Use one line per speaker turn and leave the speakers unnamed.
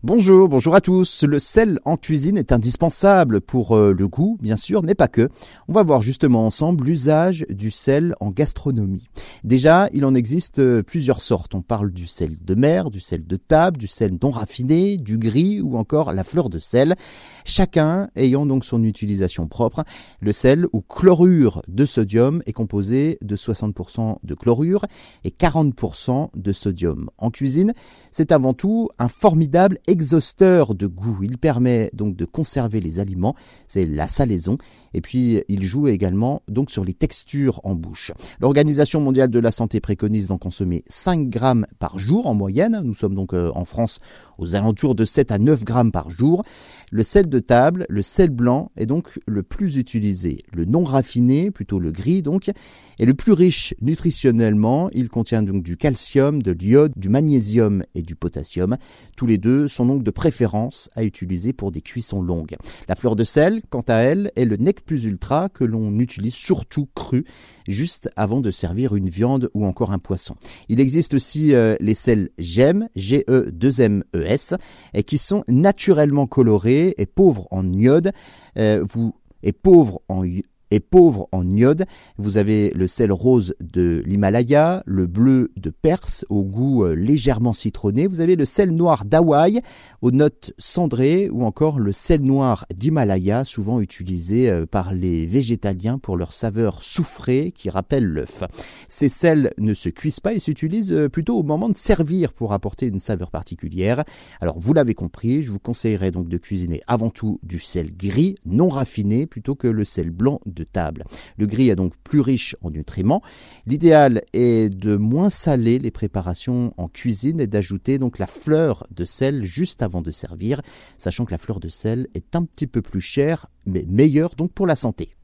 Bonjour à tous. Le sel en cuisine est indispensable pour le goût, bien sûr, mais pas que. On va voir justement ensemble l'usage du sel en gastronomie. Déjà, il en existe plusieurs sortes. On parle du sel de mer, du sel de table, du sel non raffiné, du gris ou encore la fleur de sel. Chacun ayant donc son utilisation propre. Le sel ou chlorure de sodium est composé de 60% de chlorure et 40% de sodium. En cuisine, c'est avant tout un formidable exhausteur de goût. Il permet donc de conserver les aliments, c'est la salaison, et puis il joue également donc sur les textures en bouche. L'Organisation mondiale de la santé préconise d'en consommer 5 grammes par jour en moyenne. Nous sommes donc en France aux alentours de 7 à 9 grammes par jour. Le sel de table, le sel blanc est donc le plus utilisé. Le non raffiné, plutôt le gris donc, est le plus riche nutritionnellement. Il contient donc du calcium, de l'iode, du magnésium et du potassium. Tous les deux sont donc de préférence à utiliser pour des cuissons longues. La fleur de sel, quant à elle, est le nec plus ultra que l'on utilise surtout cru, juste avant de servir une viande ou encore un poisson. Il existe aussi les sels GEM, G-E-2-M-E-S, qui sont naturellement colorés et pauvres en iode. Pauvre en iode. Vous avez le sel rose de l'Himalaya, le bleu de Perse au goût légèrement citronné. Vous avez le sel noir d'Hawaï aux notes cendrées ou encore le sel noir d'Himalaya, souvent utilisé par les végétaliens pour leur saveur soufrée qui rappelle l'œuf. Ces sels ne se cuisent pas et s'utilisent plutôt au moment de servir pour apporter une saveur particulière. Alors vous l'avez compris, je vous conseillerais donc de cuisiner avant tout du sel gris non raffiné plutôt que le sel blanc de table. Le gris est donc plus riche en nutriments. L'idéal est de moins saler les préparations en cuisine et d'ajouter donc la fleur de sel juste avant de servir, sachant que la fleur de sel est un petit peu plus chère, mais meilleure donc pour la santé.